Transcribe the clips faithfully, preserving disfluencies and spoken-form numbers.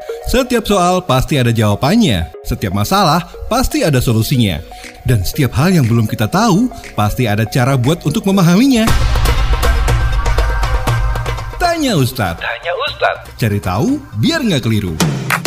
Setiap soal pasti ada jawabannya, setiap masalah pasti ada solusinya. Dan setiap hal yang belum kita tahu, pasti ada cara buat untuk memahaminya. Tanya Ustadz. Tanya Ustadz. Cari tahu biar nggak keliru.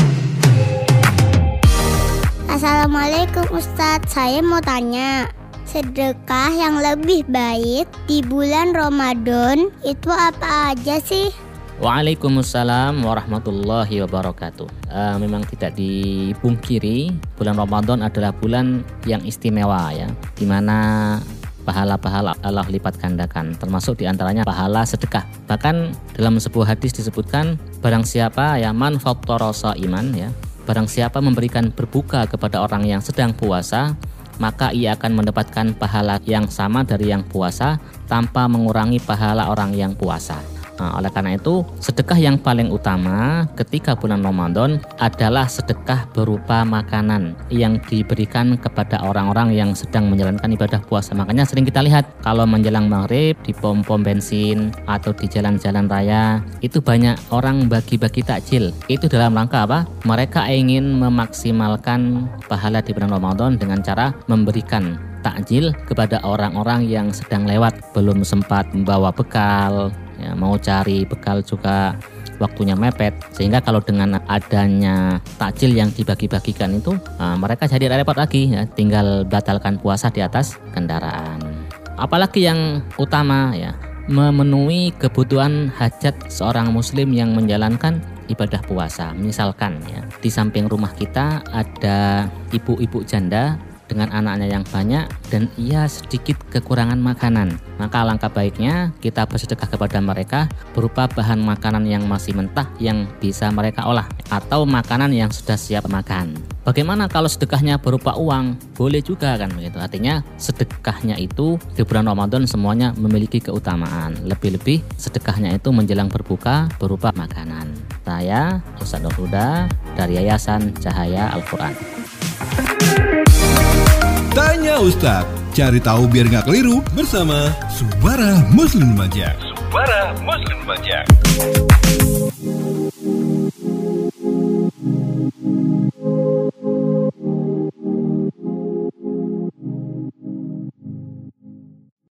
Assalamualaikum Ustadz, saya mau tanya, sedekah yang lebih baik di bulan Ramadan itu apa aja sih? Waalaikumsalam warahmatullahi wabarakatuh. uh, Memang tidak dipungkiri, bulan Ramadan adalah bulan yang istimewa ya, dimana pahala-pahala Allah lipat gandakan, termasuk diantaranya pahala sedekah. Bahkan dalam sebuah hadis disebutkan, barang siapa ya man fattara shaiman ya, barang siapa memberikan berbuka kepada orang yang sedang puasa, maka ia akan mendapatkan pahala yang sama dari yang puasa tanpa mengurangi pahala orang yang puasa. Nah, oleh karena itu, sedekah yang paling utama ketika bulan Ramadan adalah sedekah berupa makanan yang diberikan kepada orang-orang yang sedang menjalankan ibadah puasa. Makanya sering kita lihat kalau menjelang maghrib di pom-pom bensin atau di jalan-jalan raya, itu banyak orang bagi-bagi takjil. Itu dalam rangka apa? Mereka ingin memaksimalkan pahala di bulan Ramadan dengan cara memberikan takjil kepada orang-orang yang sedang lewat, belum sempat membawa bekal, ya, mau cari bekal juga waktunya mepet, sehingga kalau dengan adanya takjil yang dibagi-bagikan itu, nah, mereka jadi repot lagi ya, tinggal batalkan puasa di atas kendaraan. Apalagi yang utama ya, memenuhi kebutuhan hajat seorang muslim yang menjalankan ibadah puasa. Misalkan ya, di samping rumah kita ada ibu-ibu janda dengan anaknya yang banyak dan ia sedikit kekurangan makanan, maka alangkah baiknya kita bersedekah kepada mereka berupa bahan makanan yang masih mentah yang bisa mereka olah, atau makanan yang sudah siap makan. Bagaimana kalau sedekahnya berupa uang? Boleh juga kan begitu. Artinya sedekahnya itu di bulan Ramadan semuanya memiliki keutamaan. Lebih-lebih sedekahnya itu menjelang berbuka berupa makanan. Saya Ustadz Nur Huda dari Yayasan Cahaya Al-Quran. Tanya Ustadz, cari tahu biar nggak keliru bersama Subara Muslim Lumajang. Subara Muslim Lumajang.